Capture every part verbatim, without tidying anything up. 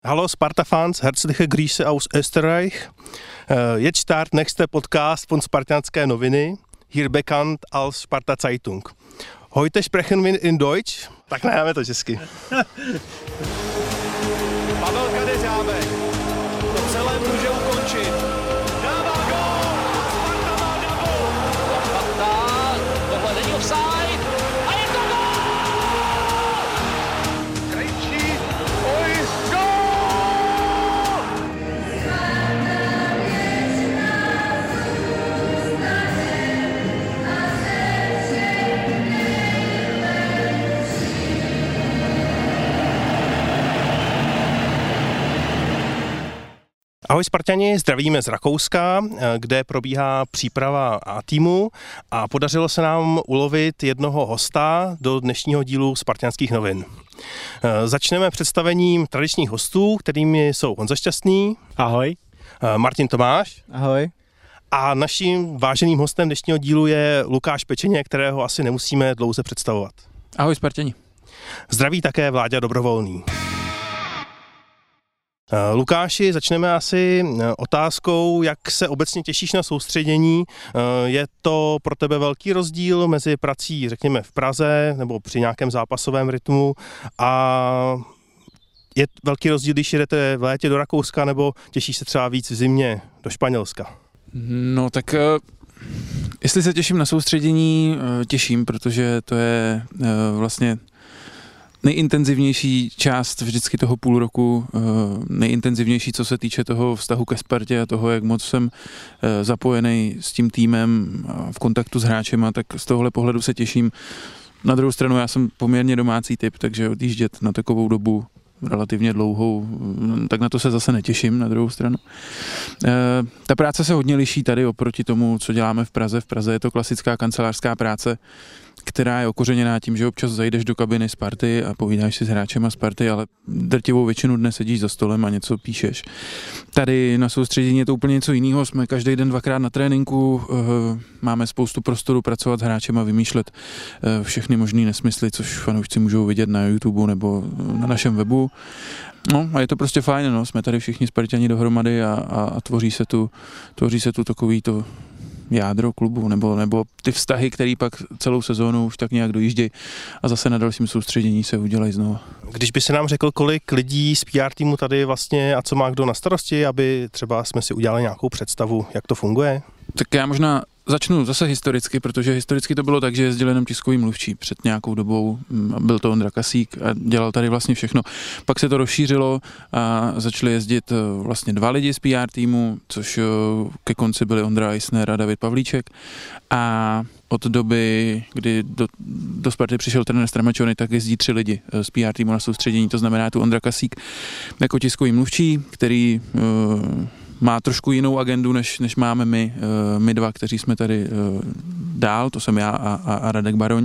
Hallo Sparta-Fans, herzliche Grüße aus Österreich. Jetzt start nächste Podcast von Spartanské noviny, hier bekannt als Sparta Zeitung. Heute sprechen wir in Deutsch, tak nejáme to česky. Pavel Kadeřábek to celé může ukončit. Dává gól! Sparta má double! Sparta, tohle není offside a je to gól! Krejčí, oj, gól! Ahoj Spartani, zdravíme z Rakouska, kde probíhá příprava A týmu a podařilo se nám ulovit jednoho hosta do dnešního dílu Spartanských novin. Začneme představením tradičních hostů, kterými jsou Honza Šťastný. Ahoj. Martin Tomáš. Ahoj. A naším váženým hostem dnešního dílu je Lukáš Pečeně, kterého asi nemusíme dlouze představovat. Ahoj Spartani. Zdraví také Vláďa Dobrovolný. Lukáši, začneme asi otázkou, jak se obecně těšíš na soustředění. Je to pro tebe velký rozdíl mezi prací, řekněme, v Praze nebo při nějakém zápasovém rytmu a je velký rozdíl, když jedete v létě do Rakouska nebo těšíš se třeba víc v zimě do Španělska? No tak jestli se těším na soustředění, těším, protože to je vlastně nejintenzivnější část vždycky toho půl roku, nejintenzivnější, co se týče toho vztahu ke Spartě a toho, jak moc jsem zapojený s tím týmem v kontaktu s hráčema, tak z tohohle pohledu se těším. Na druhou stranu já jsem poměrně domácí typ, takže odjíždět na takovou dobu relativně dlouhou, tak na to se zase netěším na druhou stranu. E, ta práce se hodně liší tady oproti tomu, co děláme v Praze. V Praze je to klasická kancelářská práce, která je okořeněná tím, že občas zajdeš do kabiny Sparty a povídáš si s hráčema Sparty, ale drtivou většinu dne sedíš za stolem a něco píšeš. Tady na soustředění je to úplně něco jiného, jsme každý den dvakrát na tréninku, máme spoustu prostoru pracovat s hráčem a vymýšlet všechny možný nesmysly, což fanoušci můžou vidět na YouTube nebo na našem webu. No a je to prostě fajn, no, jsme tady všichni Sparťani dohromady a, a, a tvoří se tu, tvoří se tu takový to jádro klubu, nebo, nebo ty vztahy, které pak celou sezónu už tak nějak dojíždějí a zase na dalším soustředění se udělají znovu. Když by se nám řekl, kolik lidí z P R týmu tady vlastně a co má kdo na starosti, aby třeba jsme si udělali nějakou představu, jak to funguje? Tak já možná začnu zase historicky, protože historicky to bylo tak, že jezdil jenom tiskový mluvčí před nějakou dobou, byl to Ondra Kasík a dělal tady vlastně všechno. Pak se to rozšířilo a začali jezdit vlastně dva lidi z P R týmu, což ke konci byli Ondra Eisner a David Pavlíček a od doby, kdy do, do Sparty přišel trenér Stramačony, tak jezdí tři lidi z P R týmu na soustředění, to znamená tu Ondra Kasík jako tiskový mluvčí, který uh, má trošku jinou agendu, než, než máme my, uh, my dva, kteří jsme tady uh, dál, to jsem já a, a, a Radek Baroň.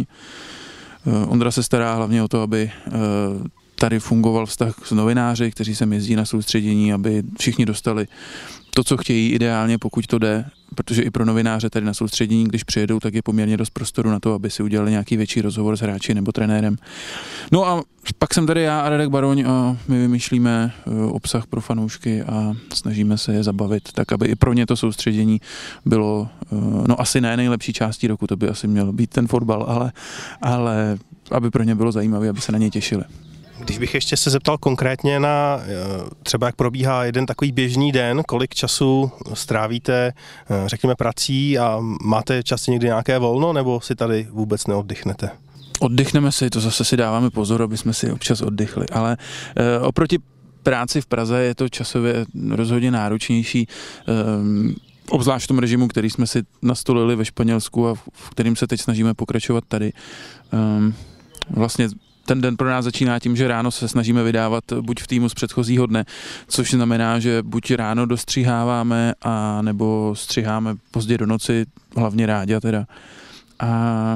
Uh, Ondra se stará hlavně o to, aby uh, tady fungoval vztah s novináři, kteří sem jezdí na soustředění, aby všichni dostali to, co chtějí ideálně, pokud to jde, protože i pro novináře tady na soustředění, když přijedou, tak je poměrně dost prostoru na to, aby si udělali nějaký větší rozhovor s hráči nebo trenérem. No a pak jsem tady já a Radek Baroň a my vymýšlíme obsah pro fanoušky a snažíme se je zabavit, tak aby i pro ně to soustředění bylo, no asi ne nejlepší částí roku, to by asi měl být ten fotbal, ale, ale aby pro ně bylo zajímavé, aby se na ně těšili. Když bych ještě se zeptal konkrétně na třeba, jak probíhá jeden takový běžný den, kolik času strávíte, řekněme, prací a máte časy někdy nějaké volno, nebo si tady vůbec neoddychnete? Oddychneme si, to zase si dáváme pozor, aby jsme si občas oddychli, ale e, oproti práci v Praze je to časově rozhodně náročnější, e, obzvlášť v tom režimu, který jsme si nastolili ve Španělsku a v kterým se teď snažíme pokračovat tady. E, vlastně ten den pro nás začíná tím, že ráno se snažíme vydávat buď v týmu z předchozího dne, což znamená, že buď ráno dostřiháváme, a nebo střiháme pozdě do noci, hlavně Ráďa teda. A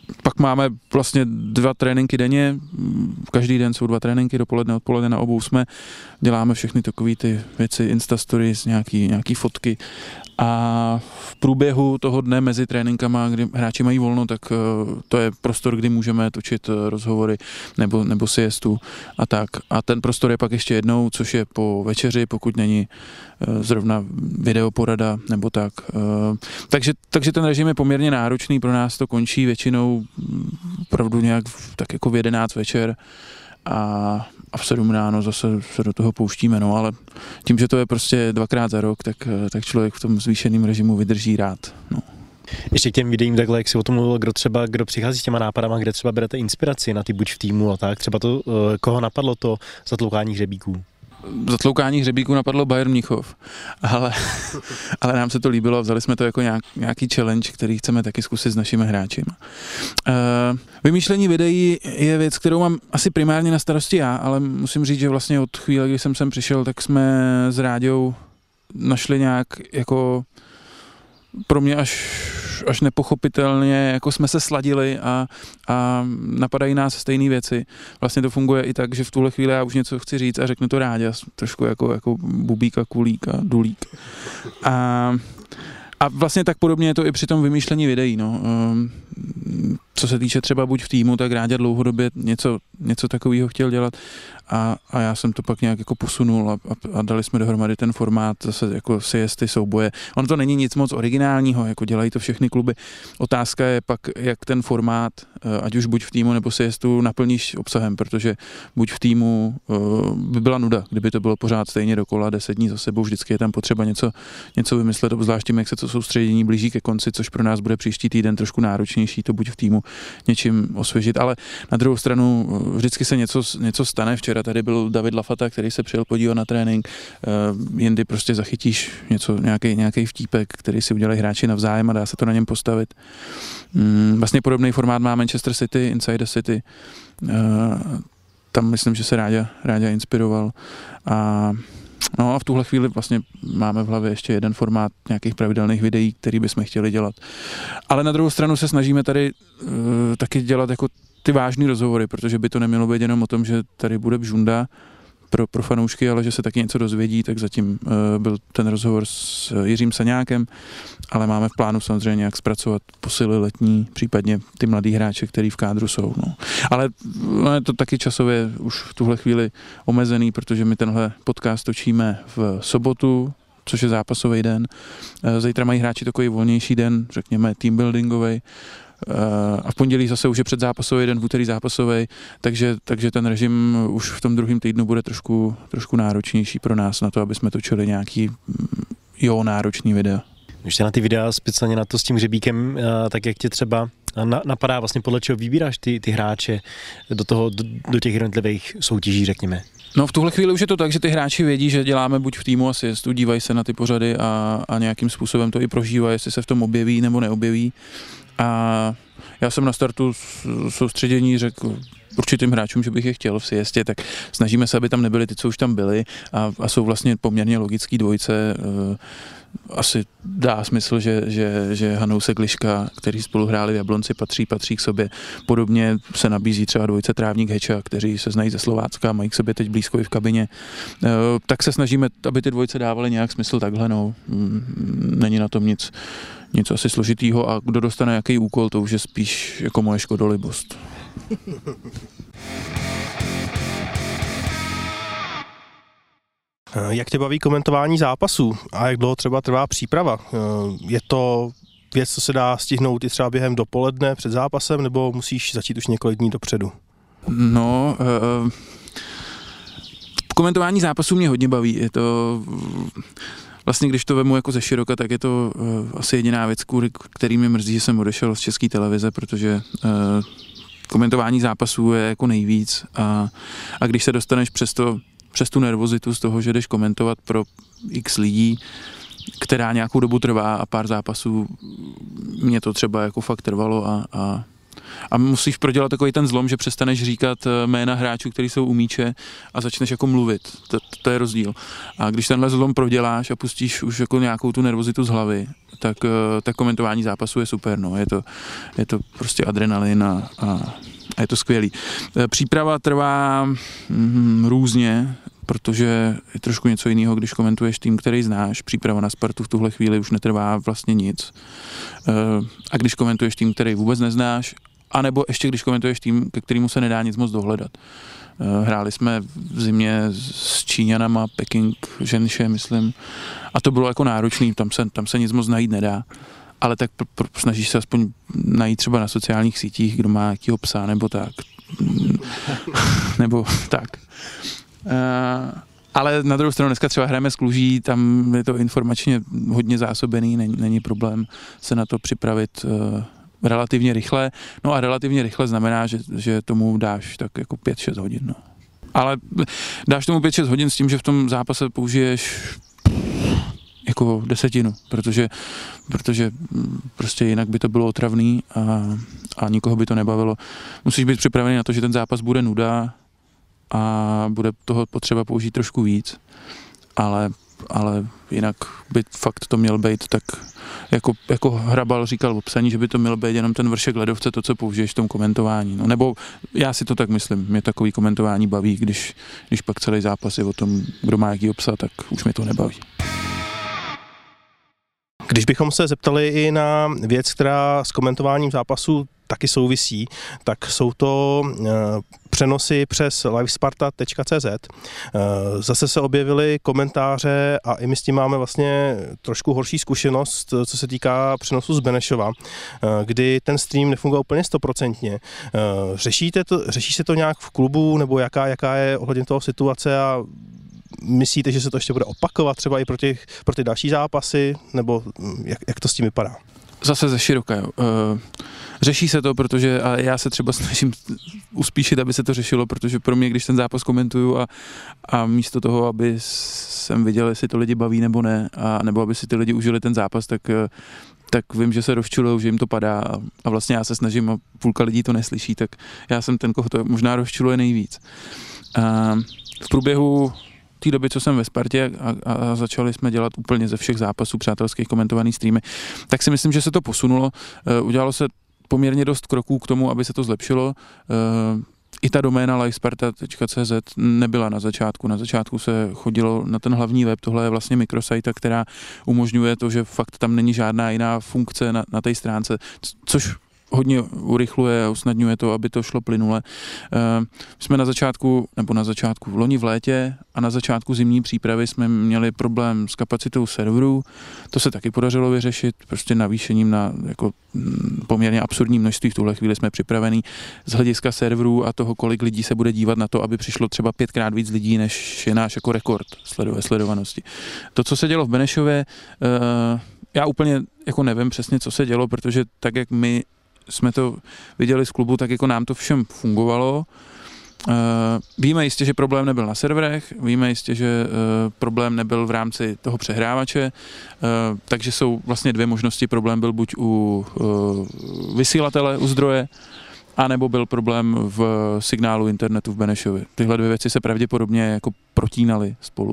pak máme vlastně dva tréninky denně, každý den jsou dva tréninky, dopoledne, odpoledne, na obou jsme, děláme všechny takové ty věci, Insta stories, nějaký, nějaký fotky a v průběhu toho dne mezi tréninkama, kdy hráči mají volno, tak to je prostor, kdy můžeme točit rozhovory nebo, nebo siestu a tak. A ten prostor je pak ještě jednou, což je po večeři, pokud není zrovna videoporada nebo tak. Takže, takže ten režim je poměrně náročný, pro nás to končí většinou opravdu nějak tak jako v jedenáct večer a, a v sedm ráno zase se do toho pouštíme, no ale tím, že to je prostě dvakrát za rok, tak, tak člověk v tom zvýšeném režimu vydrží rád, no. Ještě k těm videím takhle, jak si o tom mluvil, kdo třeba, kdo přichází s těma nápadama, kde třeba berete inspiraci na ty buď v týmu a tak, třeba to, koho napadlo to zatloukání hřebíků? Zatloukání hřebíků napadlo Bayern Mnichov, ale, ale nám se to líbilo a vzali jsme to jako nějak, nějaký challenge, který chceme taky zkusit s našimi hráči. Uh, vymýšlení videí je věc, kterou mám asi primárně na starosti já, ale musím říct, že vlastně od chvíle, kdy jsem sem přišel, tak jsme s Ráďou našli nějak jako pro mě až, až nepochopitelně, jako jsme se sladili a, a napadají nás stejné věci. Vlastně to funguje i tak, že v tuhle chvíli já už něco chci říct a řeknu to Ráďa, trošku jako, jako bubík a kulík a dulík. A, a vlastně tak podobně je to i při tom vymýšlení videí. No. Co se týče třeba buď v týmu, tak Ráďa dlouhodobě něco, něco takového chtěl dělat a, a já jsem to pak nějak jako posunul a, a, a dali jsme dohromady ten formát zase jako siesty, souboje. Ono to není nic moc originálního, jako dělají to všechny kluby. Otázka je pak, jak ten formát, ať už buď v týmu nebo siestu, naplníš obsahem, protože buď v týmu by byla nuda, kdyby to bylo pořád stejně dokola, deset dní za sebou, vždycky je tam potřeba něco, něco vymyslet, obzvlášť tím, jak se to soustředění blíží ke konci, což pro nás bude příští týden trošku náročnější, to buď v týmu něčím osvěžit, ale na druhou stranu vždycky se něco, něco stane. Včera tady byl David Lafata, který se přijel podívat na trénink, jindy prostě zachytíš něco, nějaký, nějaký vtípek, který si udělají hráči navzájem a dá se to na něm postavit. Vlastně podobný formát má Manchester City, Inside City. Tam myslím, že se Ráďa, Ráďa inspiroval a no a v tuhle chvíli vlastně máme v hlavě ještě jeden formát nějakých pravidelných videí, který bychom chtěli dělat. Ale na druhou stranu se snažíme tady uh, taky dělat jako ty vážný rozhovory, protože by to nemělo být jenom o tom, že tady bude bžunda pro, pro fanoušky, ale že se taky něco dozvědí, tak zatím uh, byl ten rozhovor s Jiřím Saňákem, ale máme v plánu samozřejmě nějak zpracovat posily letní, případně ty mladý hráče, který v kádru jsou. No. Ale no, je to taky časově už v tuhle chvíli omezený, protože my tenhle podcast točíme v sobotu, což je zápasový den. Zítra mají hráči takový volnější den, řekněme teambuildingový. A v pondělí zase už je předzápasový den, v úterý zápasový, takže, takže ten režim už v tom druhém týdnu bude trošku, trošku náročnější pro nás na to, aby jsme točili nějaký jo, náročný videa. Ještě na ty videa, speciálně na to s tím hřebíkem, tak jak tě třeba napadá, vlastně podle čeho vybíráš ty, ty hráče do, toho, do, do těch jednotlivých soutěží, řekněme? No v tuhle chvíli už je to tak, že ty hráči vědí, že děláme buď v týmu a siestu, dívají se na ty pořady a, a nějakým způsobem to i prožívají, jestli se v tom objeví nebo neobjeví. A já jsem na startu soustředění řekl určitým hráčům, že bych je chtěl v siestě, tak snažíme se, aby tam nebyli ty, co už tam byli a, a jsou vlastně poměrně logický dvojce. Asi dá smysl, že, že, že Hanousek Liška, kteří spolu hráli v Jablonci, patří, patří k sobě. Podobně se nabízí třeba dvojce Trávník Heča, kteří se znají ze Slovácka, mají k sobě teď blízko i v kabině. Tak se snažíme, aby ty dvojce dávaly nějak smysl takhle, no. Není na tom nic, nic asi složitýho a kdo dostane jaký úkol, to už je spíš jako moje škodolibost. Jak tě baví komentování zápasů a jak dlouho třeba trvá příprava? Je to věc, co se dá stihnout i třeba během dopoledne před zápasem, nebo musíš začít už několik dní dopředu? No, uh, komentování zápasů mě hodně baví. Je to vlastně, když to vemu jako ze široka, tak je to uh, asi jediná věc, kvůli který mi mrzí, že jsem odešel z České televize, protože uh, komentování zápasů je jako nejvíc a, a když se dostaneš přes to přes tu nervozitu z toho, že jdeš komentovat pro x lidí, která nějakou dobu trvá a pár zápasů mě to třeba jako fakt trvalo a, a A musíš prodělat takový ten zlom, že přestaneš říkat jména hráčů, kteří jsou u míče a začneš jako mluvit. To, to je rozdíl. A když tenhle zlom proděláš a pustíš už jako nějakou tu nervozitu z hlavy, tak, tak komentování zápasu je super. No. Je, to, je to prostě adrenalin a, a, a je to skvělý. Příprava trvá mm, různě, protože je trošku něco jiného, když komentuješ tým, který znáš. Příprava na Spartu v tuhle chvíli už netrvá vlastně nic. A když komentuješ tým, který vůbec neznáš, anebo ještě když komentuješ tým, ke kterému se nedá nic moc dohledat. Hráli jsme v zimě s Číňanama, Peking, Ženše, myslím, a to bylo jako náročný, tam se, tam se nic moc najít nedá. Ale tak pr- pr- snažíš se aspoň najít třeba na sociálních sítích, kdo má jakýho psa, nebo tak. nebo tak. Uh, ale na druhou stranu dneska třeba hrajeme s Kluží, tam je to informačně hodně zásobený, není, není problém se na to připravit uh, relativně rychle. No a relativně rychle znamená, že, že tomu dáš tak jako pět šest hodin. No. Ale dáš tomu pět šest hodin s tím, že v tom zápase použiješ jako desetinu, protože, protože prostě jinak by to bylo otravný a, a nikoho by to nebavilo. Musíš být připravený na to, že ten zápas bude nuda a bude toho potřeba použít trošku víc, ale, ale jinak by fakt to měl být tak, jako, jako Hrabal říkal v psaní, že by to měl být jenom ten vršek ledovce, to, co použiješ v tom komentování. No, nebo já si to tak myslím, mě takový komentování baví, když, když pak celý zápas je o tom, kdo má jaký psa, tak už mě to nebaví. Když bychom se zeptali i na věc, která s komentováním zápasu taky souvisí, tak jsou to přenosy přes livesparta tečka cé zet. Zase se objevily komentáře a i my s tím máme vlastně trošku horší zkušenost, co se týká přenosu z Benešova, kdy ten stream nefunguje úplně stoprocentně. Řešíte to, řeší se to nějak v klubu, nebo jaká, jaká je ohledně toho situace a myslíte, že se to ještě bude opakovat třeba i pro, těch, pro ty další zápasy, nebo jak, jak to s tím vypadá? Zase ze široka, jo. Řeší se to, protože a já se třeba snažím uspíšit, aby se to řešilo, protože pro mě, když ten zápas komentuju a, a místo toho, aby jsem viděl, jestli to lidi baví nebo ne, a nebo aby si ty lidi užili ten zápas, tak, tak vím, že se rozčulujou, že jim to padá a, a vlastně já se snažím a půlka lidí to neslyší, tak já jsem ten, koho to možná rozčuluje nejvíc. A v průběhu té doby, co jsem ve Spartě a, a začali jsme dělat úplně ze všech zápasů přátelských komentovaný streamy, tak si myslím, že se to posunulo. Uh, udělalo se poměrně dost kroků k tomu, aby se to zlepšilo. Uh, I ta doména livesparta tečka cé zet nebyla na začátku. Na začátku se chodilo na ten hlavní web, tohle je vlastně mikrosajta, která umožňuje to, že fakt tam není žádná jiná funkce na, na té stránce, což hodně urychluje a usnadňuje to, aby to šlo plynule. Uh, jsme na začátku, nebo na začátku v loni v létě a na začátku zimní přípravy jsme měli problém s kapacitou serverů. To se taky podařilo vyřešit, prostě navýšením na jako poměrně absurdní množství. V tuhle chvíli jsme připravení z hlediska serverů a toho, kolik lidí se bude dívat na to, aby přišlo třeba pětkrát víc lidí, než je náš jako rekord sledové sledovanosti. To, co se dělo v Benešově, uh, já úplně jako nevím přesně, co se dělo, protože tak, jak my jsme to viděli z klubu, tak jako nám to všem fungovalo. Uh, víme jistě, že problém nebyl na serverech, víme jistě, že uh, problém nebyl v rámci toho přehrávače, uh, takže jsou vlastně dvě možnosti. Problém byl buď u uh, vysílatele, u zdroje, anebo byl problém v signálu internetu v Benešově. Tyhle dvě věci se pravděpodobně jako protínaly spolu.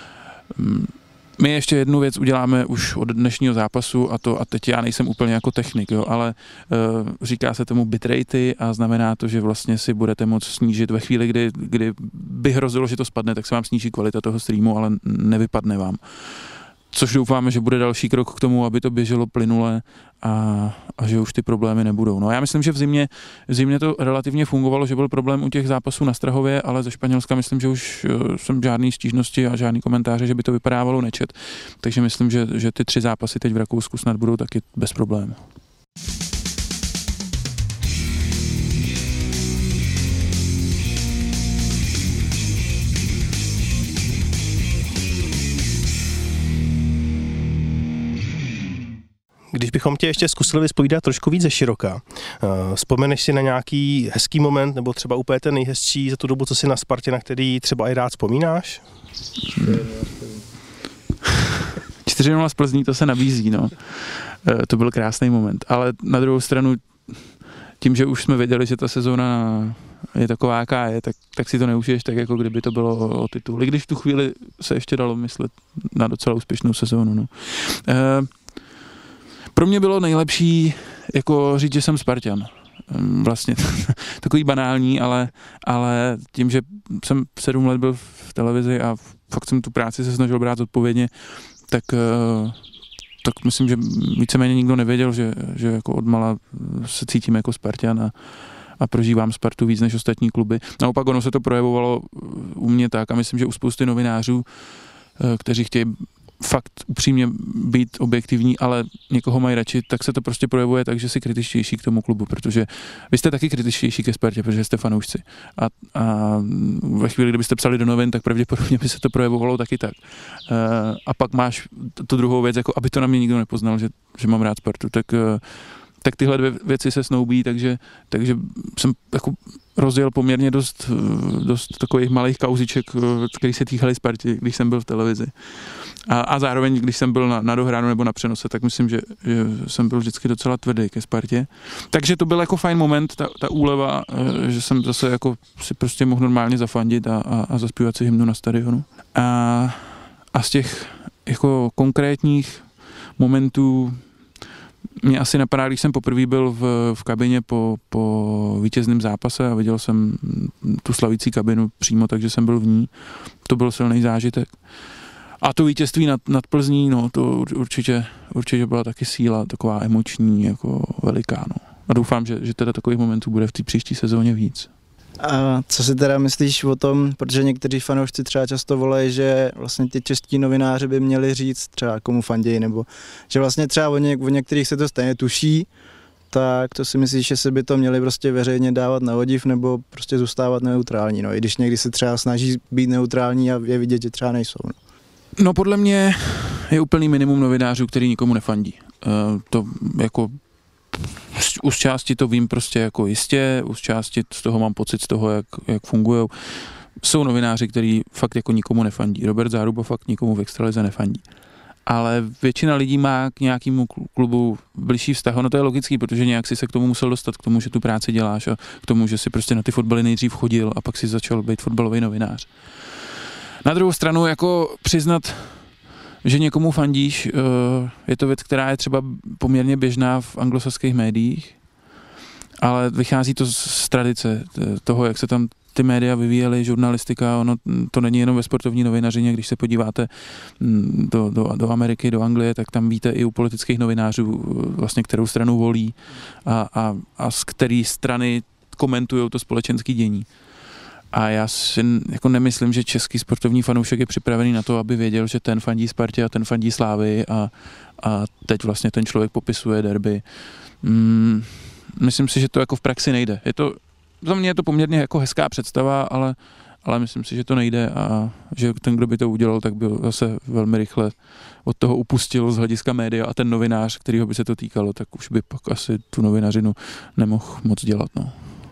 Um, My ještě jednu věc uděláme už od dnešního zápasu a to, a teď já nejsem úplně jako technik, jo, ale uh, říká se tomu bitratey a znamená to, že vlastně si budete moct snížit ve chvíli, kdy, kdy by hrozilo, že to spadne, tak se vám sníží kvalita toho streamu, ale nevypadne vám. Což doufáme, že bude další krok k tomu, aby to běželo plynule a, a že už ty problémy nebudou. No já myslím, že v zimě, v zimě to relativně fungovalo, že byl problém u těch zápasů na Strahově, ale ze Španělska myslím, že už jsem žádný stížnosti a žádný komentáře, že by to vypadávalo, nečet. Takže myslím, že, že ty tři zápasy teď v Rakousku snad budou taky bez problémů. Když bychom tě ještě zkusili vyspovídat trošku víc ze široka, vzpomeneš si na nějaký hezký moment, nebo třeba úplně ten nejhezčí za tu dobu, co jsi na Spartě, na který třeba i rád vzpomínáš? čtyři nula z Plzní, to se nabízí, no. To byl krásný moment, ale na druhou stranu tím, že už jsme věděli, že ta sezóna je taková, jaká je, tak, tak si to neužiješ tak, jako kdyby to bylo o titul. I když v tu chvíli se ještě dalo myslet na docela úspěšnou sezónu. No. E, pro mě bylo nejlepší jako říct, že jsem Spartan. Vlastně takový banální, ale, ale tím, že jsem sedm let byl v televizi a fakt jsem tu práci se snažil brát odpovědně, tak, tak myslím, že víceméně nikdo nevěděl, že, že jako odmala se cítím jako Spartan a, a prožívám Spartu víc než ostatní kluby. Naopak ono se to projevovalo u mě tak a myslím, že u spousty novinářů, kteří chtějí fakt upřímně být objektivní, ale někoho mají radši, tak se to prostě projevuje tak, že jsi kritičtější k tomu klubu, protože vy jste taky kritičtější ke Spartě, protože jste fanoušci. A, a ve chvíli, kdybyste psali do novin, tak pravděpodobně by se to projevovalo taky tak. A pak máš tu druhou věc, jako aby to na mě nikdo nepoznal, že, že mám rád Spartu, tak, tak tyhle dvě věci se snoubí, takže, takže jsem jako rozjel poměrně dost, dost takových malých kauziček, které se týkaly Sparty, když jsem byl v televizi. A, a zároveň, když jsem byl na, na dohránu nebo na přenose, tak myslím, že, že jsem byl vždycky docela tvrdý ke Spartě. Takže to byl jako fajn moment, ta, ta úleva, že jsem zase jako si prostě mohl normálně zafandit a, a, a zaspívat si hymnu na stadionu. A, a z těch jako konkrétních momentů mě asi napadá, když jsem poprvé byl v, v kabině po, po vítězném zápase a viděl jsem tu slavící kabinu přímo, takže jsem byl v ní. To byl silný zážitek. A to vítězství nad, nad Plzní, no, to určitě, určitě byla taky síla, taková emoční, jako veliká, no. A doufám, že, že teda takových momentů bude v té příští sezóně víc. A co si teda myslíš o tom, protože někteří fanoušci třeba často volají, že vlastně ty čeští novináři by měli říct třeba komu fandějí, nebo že vlastně třeba o, něk, o některých se to stejně tuší, tak to si myslíš, že se by to měli prostě veřejně dávat na odiv nebo prostě zůstávat neutrální, no, i když někdy se třeba snaží být neutrální a je vidět, že třeba nejsou, no. No podle mě je úplný minimum novinářů, který nikomu nefandí. Uh, to jako u části to vím prostě jako jistě, u části z toho mám pocit z toho, jak, jak fungují. Jsou novináři, kteří fakt jako nikomu nefandí. Robert Záruba fakt nikomu v extralize nefandí. Ale většina lidí má k nějakému klubu bližší vztah. No to je logický, protože nějak si se k tomu musel dostat, k tomu, že tu práci děláš a k tomu, že si prostě na ty fotbaly nejdřív chodil a pak si začal být fotbalový novinář. Na druhou stranu jako přiznat, že někomu fandíš, je to věc, která je třeba poměrně běžná v anglosaských médiích, ale vychází to z tradice toho, jak se tam ty média vyvíjely, žurnalistika, ono to není jenom ve sportovní novinařině, když se podíváte do, do, do Ameriky, do Anglie, tak tam víte i u politických novinářů vlastně, kterou stranu volí a, a, a z které strany komentují to společenské dění. A já si jako nemyslím, že český sportovní fanoušek je připravený na to, aby věděl, že ten fandí Spartě a ten fandí Slávy a, a teď vlastně ten člověk popisuje derby. Mm, myslím si, že to jako v praxi nejde. Je to, za mě je to poměrně jako hezká představa, ale, ale myslím si, že to nejde a že ten, kdo by to udělal, tak by zase velmi rychle od toho upustil z hlediska média a ten novinář, kterýho by se to týkalo, tak už by pak asi tu novinařinu nemohl moc dělat. No.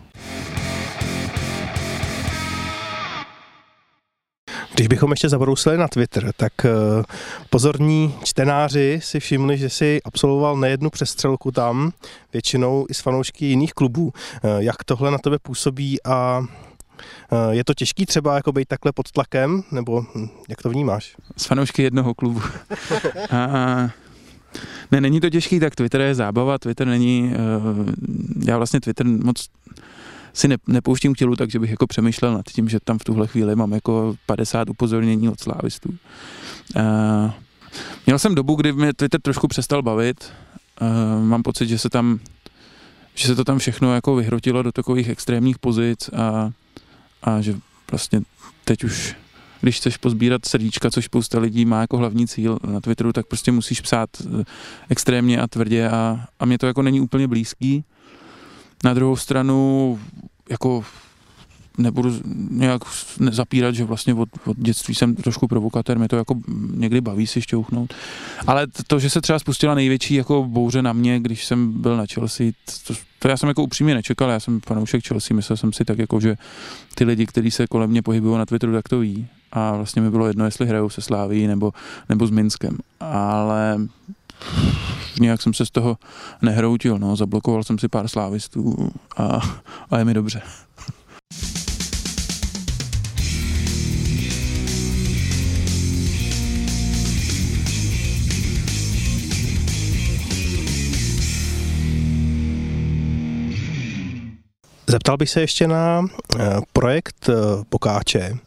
Když bychom ještě zabrousili na Twitter, tak pozorní čtenáři si všimli, že si absolvoval nejednu přestřelku tam, většinou i s fanoušky jiných klubů. Jak tohle na tebe působí a je to těžký třeba jako být takhle pod tlakem, nebo jak to vnímáš? S fanoušky jednoho klubu. a, a, ne, není to těžký, tak Twitter je zábava, Twitter není, já vlastně Twitter moc si ne, nepouštím k tělu, takže bych jako přemýšlel nad tím, že tam v tuhle chvíli mám jako padesát upozornění od slávistů. Uh, měl jsem dobu, kdy mě Twitter trošku přestal bavit. Uh, mám pocit, že se tam, že se to tam všechno jako vyhrotilo do takových extrémních pozic a, a že vlastně teď už, když chceš pozbírat srdíčka, což spousta lidí má jako hlavní cíl na Twitteru, tak prostě musíš psát extrémně a tvrdě a, a mě to jako není úplně blízký. Na druhou stranu, jako nebudu nějak zapírat, že vlastně od, od dětství jsem trošku provokatér, mě to jako někdy baví si šťouchnout. Ale to, že se třeba spustila největší jako bouře na mě, když jsem byl na Chelsea, to, to já jsem jako upřímně nečekal, já jsem fanoušek Chelsea, myslel jsem si tak jako, že ty lidi, kteří se kolem mě pohybují na Twitteru, tak to ví. A vlastně mi bylo jedno, jestli hrajou se Sláví nebo, nebo s Minskem. Ale nějak jsem se z toho nehroutil, no, zablokoval jsem si pár slávistů a, a je mi dobře. Zeptal bych se ještě na projekt Pokáče.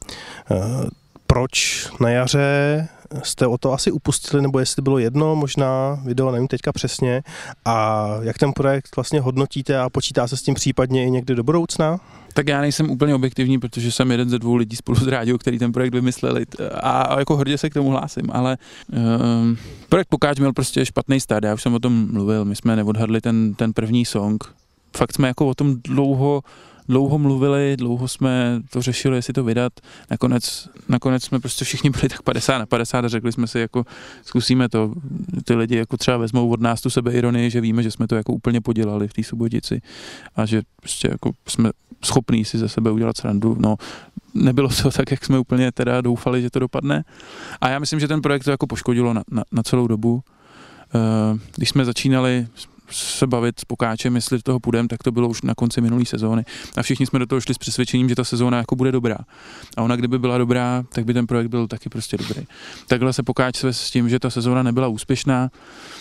Proč na jaře jste o to asi upustili, nebo jestli bylo jedno, možná video, nevím teďka přesně, a jak ten projekt vlastně hodnotíte a počítá se s tím případně i někdy do budoucna? Tak já nejsem úplně objektivní, protože jsem jeden ze dvou lidí spolu s rádiou, který ten projekt vymysleli a, a jako hrdě se k tomu hlásím, ale uh, projekt Pokáč měl prostě špatný start, já už jsem o tom mluvil, my jsme neodhadli ten, ten první song, fakt jsme jako o tom dlouho Dlouho mluvili, dlouho jsme to řešili, jestli to vydat. Nakonec, nakonec jsme prostě všichni byli tak padesát na padesát a řekli jsme si, jako zkusíme to. Ty lidi jako třeba vezmou od nás tu sebeironii, že víme, že jsme to jako úplně podělali v té Subotici a že prostě jako jsme schopní si ze sebe udělat srandu. No, nebylo to tak, jak jsme úplně teda doufali, že to dopadne. A já myslím, že ten projekt to jako poškodilo na, na, na celou dobu. Když jsme začínali se bavit s Pokáčem, jestli do toho půjdeme, tak to bylo už na konci minulé sezóny. A všichni jsme do toho šli s přesvědčením, že ta sezóna jako bude dobrá. A ona, kdyby byla dobrá, tak by ten projekt byl taky prostě dobrý. Takhle se Pokáč své s tím, že ta sezóna nebyla úspěšná.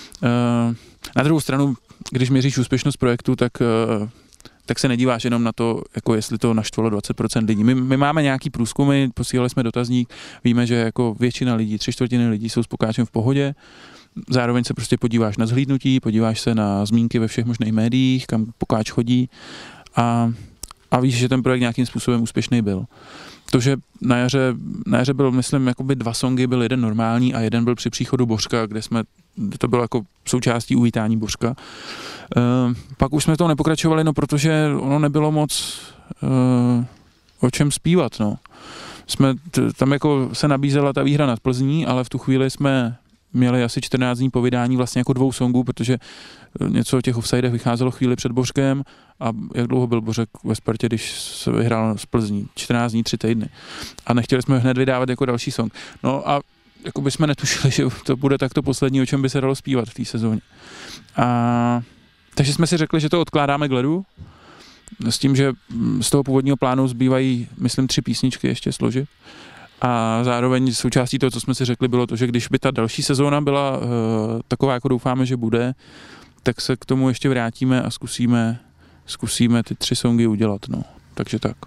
Na druhou stranu, když měříš úspěšnost projektu, tak tak se nedíváš jenom na to, jako jestli to naštvalo dvacet procent lidí. My, my máme nějaký průzkumy, posílali jsme dotazník, víme, že jako většina lidí, tři čtvrtiny lidí jsou s Pokáčem v pohodě. Zároveň se prostě podíváš na zhlídnutí, podíváš se na zmínky ve všech možných médiích, kam Pokáč chodí a, a víš, že ten projekt nějakým způsobem úspěšný byl. To, že na jaře, na jaře byl, myslím, jakoby dva songy, byl jeden normální a jeden byl při příchodu Bořka, kde jsme, to bylo jako součástí uvítání Bořka. E, pak už jsme to nepokračovali, no protože ono nebylo moc e, o čem zpívat, no. Jsme, t, tam jako se nabízela ta výhra nad Plzní, ale v tu chvíli jsme měli asi čtrnáct dní po vydání vlastně jako dvou songů, protože něco o těch offsidech vycházelo chvíli před Bořkem a jak dlouho byl Bořek ve Spartě, když se vyhrál z Plzní? čtrnáct dní, tři týdny. A nechtěli jsme hned vydávat jako další song. No a jako by jsme netušili, že to bude takto poslední, o čem by se dalo zpívat v té sezóně. A takže jsme si řekli, že to odkládáme k ledu, s tím, že z toho původního plánu zbývají, myslím, tři písničky ještě složit. A zároveň součástí toho, co jsme si řekli, bylo to, že když by ta další sezóna byla uh, taková, jako doufáme, že bude, tak se k tomu ještě vrátíme a zkusíme, zkusíme ty tři songy udělat, no. Takže tak.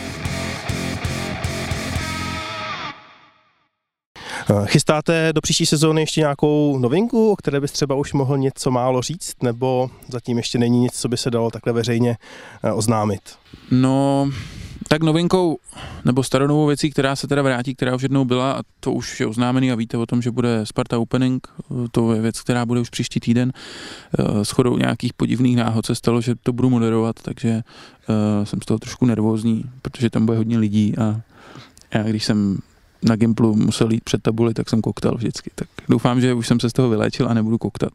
Chystáte do příští sezóny ještě nějakou novinku, o které bys třeba už mohl něco málo říct, nebo zatím ještě není nic, co by se dalo takhle veřejně oznámit? No, tak novinkou, nebo staronovou věcí, která se teda vrátí, která už jednou byla, a to už je oznámený a víte o tom, že bude Sparta Opening, to je věc, která bude už příští týden. Shodou nějakých podivných náhod se stalo, že to budu moderovat, takže jsem z toho trošku nervózní, protože tam bude hodně lidí a já když jsem na Gimplu musel jít před tabuli, tak jsem koktal vždycky. Tak doufám, že už jsem se z toho vyléčil a nebudu koktat.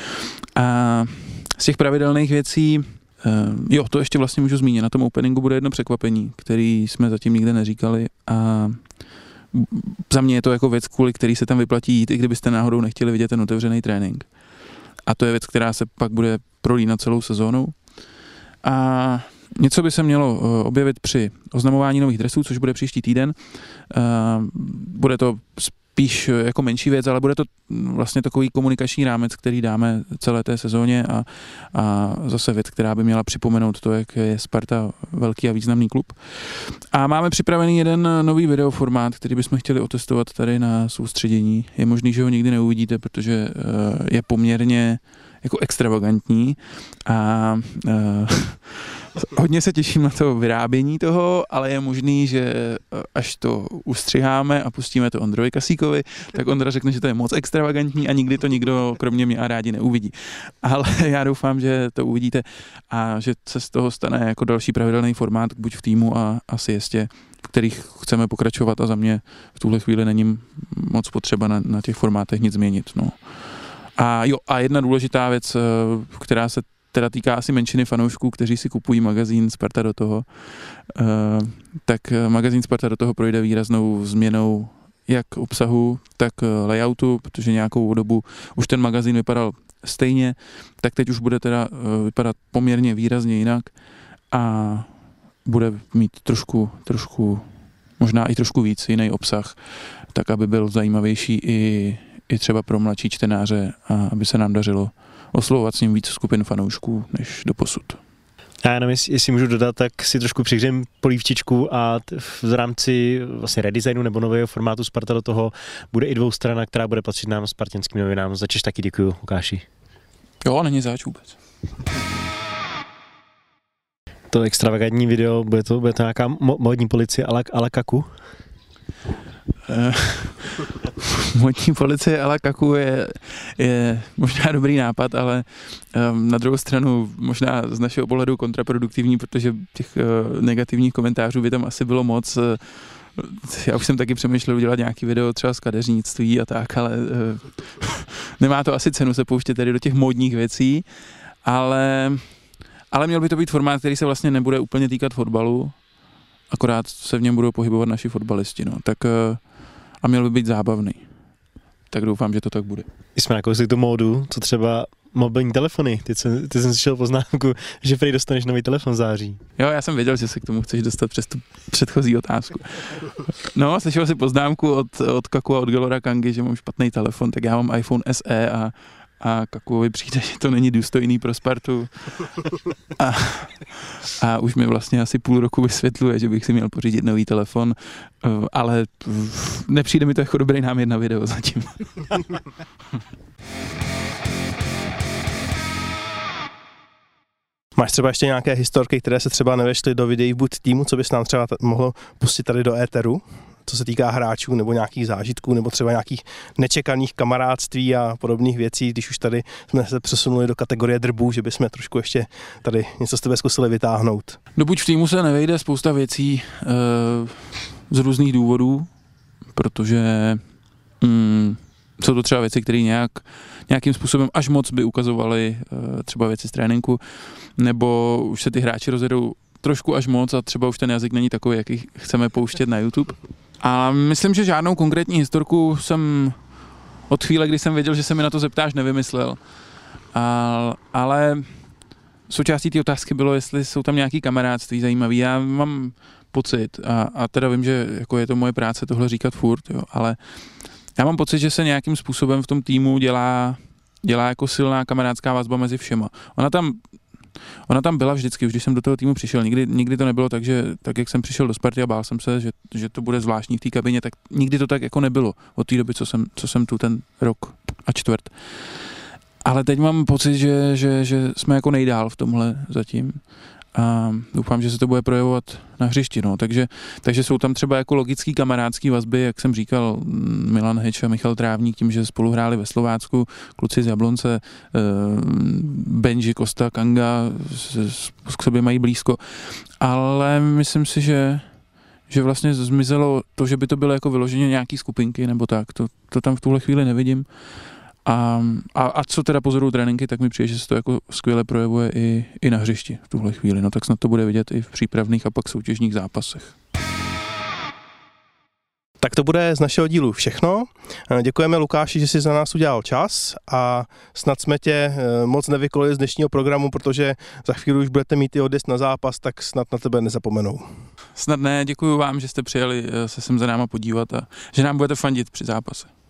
A z těch pravidelných věcí, jo, to ještě vlastně můžu zmínit, na tom openingu bude jedno překvapení, který jsme zatím nikde neříkali a za mě je to jako věc, kvůli který se tam vyplatí jít, i kdybyste náhodou nechtěli vidět ten otevřený trénink. A to je věc, která se pak bude prolínat celou sezónou. A něco by se mělo objevit při oznamování nových dresů, což bude příští týden. Bude to spíš jako menší věc, ale bude to vlastně takový komunikační rámec, který dáme celé té sezóně a, a zase věc, která by měla připomenout to, jak je Sparta velký a významný klub. A máme připravený jeden nový videoformát, který bychom chtěli otestovat tady na soustředění. Je možný, že ho nikdy neuvidíte, protože je poměrně jako extravagantní a uh, hodně se těším na to vyrábění toho, ale je možný, že až to ustřiháme a pustíme to Ondrovi Kasíkovi, tak Ondra řekne, že to je moc extravagantní a nikdy to nikdo kromě mě a rádi neuvidí. Ale já doufám, že to uvidíte a že se z toho stane jako další pravidelný formát, buď v týmu a, a siestě, v kterých chceme pokračovat a za mě v tuhle chvíli není moc potřeba na, na těch formátech nic změnit. No. A jo, a jedna důležitá věc, která se teda týká asi menšiny fanoušků, kteří si kupují magazín Sparta do toho, tak magazín Sparta do toho projde výraznou změnou jak obsahu, tak layoutu, protože nějakou dobu už ten magazín vypadal stejně, tak teď už bude teda vypadat poměrně výrazně jinak a bude mít trošku, trošku, možná i trošku víc jiný obsah, tak aby byl zajímavější i, i třeba pro mladší čtenáře a aby se nám dařilo oslovovat s ním víc skupin fanoušků než doposud. Já jenom, jestli, jestli můžu dodat, tak si trošku přihřejím polívčičku a v rámci vlastně redesignu nebo nového formátu Sparta do toho bude i dvoustrana, která bude patřit nám spartanským novinám. Začeš taky děkuju, Lukáši. Jo, není zač vůbec. To extravagantní video, bude to, bude to nějaká mo- modní policie ala, ala Kaku? Modní policie ala Kaku je, je možná dobrý nápad, ale um, na druhou stranu možná z našeho pohledu kontraproduktivní, protože těch uh, negativních komentářů by tam asi bylo moc. Uh, já už jsem taky přemýšlel udělat nějaký video třeba z kadeřnictví a tak, ale uh, nemá to asi cenu se pouštět tady do těch módních věcí, ale, ale měl by to být formát, který se vlastně nebude úplně týkat fotbalu, akorát se v něm budou pohybovat naši fotbalisti, no. Tak uh, a měl by být zábavný. Tak doufám, že to tak bude. My jsme nakousli tu módu, co třeba mobilní telefony. Ty jsem, ty jsem slyšel poznámku, že prý dostaneš nový telefon v září. Jo, já jsem věděl, že se k tomu chceš dostat přes tu předchozí otázku. No, slyšel si poznámku od, od Kaku a od Galora Kangy, že mám špatný telefon, tak já mám iPhone S E a a Kakuovi přijde, že to není důstojný pro Spartu. A, a už mi vlastně asi půl roku vysvětluje, že bych si měl pořídit nový telefon, ale nepřijde mi to jako dobrý námět na video zatím. Máš třeba ještě nějaké historky, které se třeba nevešly do videí buď týmu, co bys nám třeba t- mohlo pustit tady do éteru, co se týká hráčů nebo nějakých zážitků, nebo třeba nějakých nečekaných kamarádství a podobných věcí, když už tady jsme se přesunuli do kategorie drbů, že bychom trošku ještě tady něco z tebe zkusili vytáhnout. No buď v týmu se nevejde spousta věcí e, z různých důvodů, protože mm, jsou to třeba věci, které nějak, nějakým způsobem až moc by ukazovaly e, třeba věci z tréninku, nebo už se ty hráči rozjedou trošku až moc a třeba už ten jazyk není takový, jaký chceme pouštět na YouTube. A myslím, že žádnou konkrétní historku jsem od chvíle, kdy jsem věděl, že se mi na to zeptáš, nevymyslel. A, ale součástí té otázky bylo, jestli jsou tam nějaký kamarádství zajímavý. Já mám pocit, a, a teda vím, že jako je to moje práce tohle říkat furt, jo, ale já mám pocit, že se nějakým způsobem v tom týmu dělá, dělá jako silná kamarádská vazba mezi všema. Ona tam Ona tam byla vždycky, už když jsem do toho týmu přišel. Nikdy, nikdy to nebylo tak, že tak, jak jsem přišel do Sparty a bál jsem se, že, že to bude zvláštní v té kabině, tak nikdy to tak jako nebylo od té doby, co jsem, co jsem tu ten rok a čtvrt. Ale teď mám pocit, že, že, že jsme jako nejdál v tomhle zatím. A doufám, že se to bude projevovat na hřišti. No. Takže, takže jsou tam třeba jako logický kamarádský vazby, jak jsem říkal, Milan Heč a Michal Trávník tím, že spolu hráli ve Slovácku, kluci z Jablonce, Benji, Kosta, Kanga k sobě mají blízko. Ale myslím si, že, že vlastně zmizelo to, že by to bylo jako vyloženě nějaký skupinky nebo tak. To, to tam v tuhle chvíli nevidím. A, a, a co teda pozoruju tréninky, tak mi přijde, že se to jako skvěle projevuje i, i na hřišti v tuhle chvíli. No tak snad to bude vidět i v přípravných a pak soutěžních zápasech. Tak to bude z našeho dílu všechno. Děkujeme, Lukáši, že jsi za nás udělal čas a snad jsme tě moc nevykolili z dnešního programu, protože za chvíli už budete mít i odjezd na zápas, tak snad na tebe nezapomenou. Snad ne, děkuju vám, že jste přijeli se sem za náma podívat a že nám budete fandit při zápase.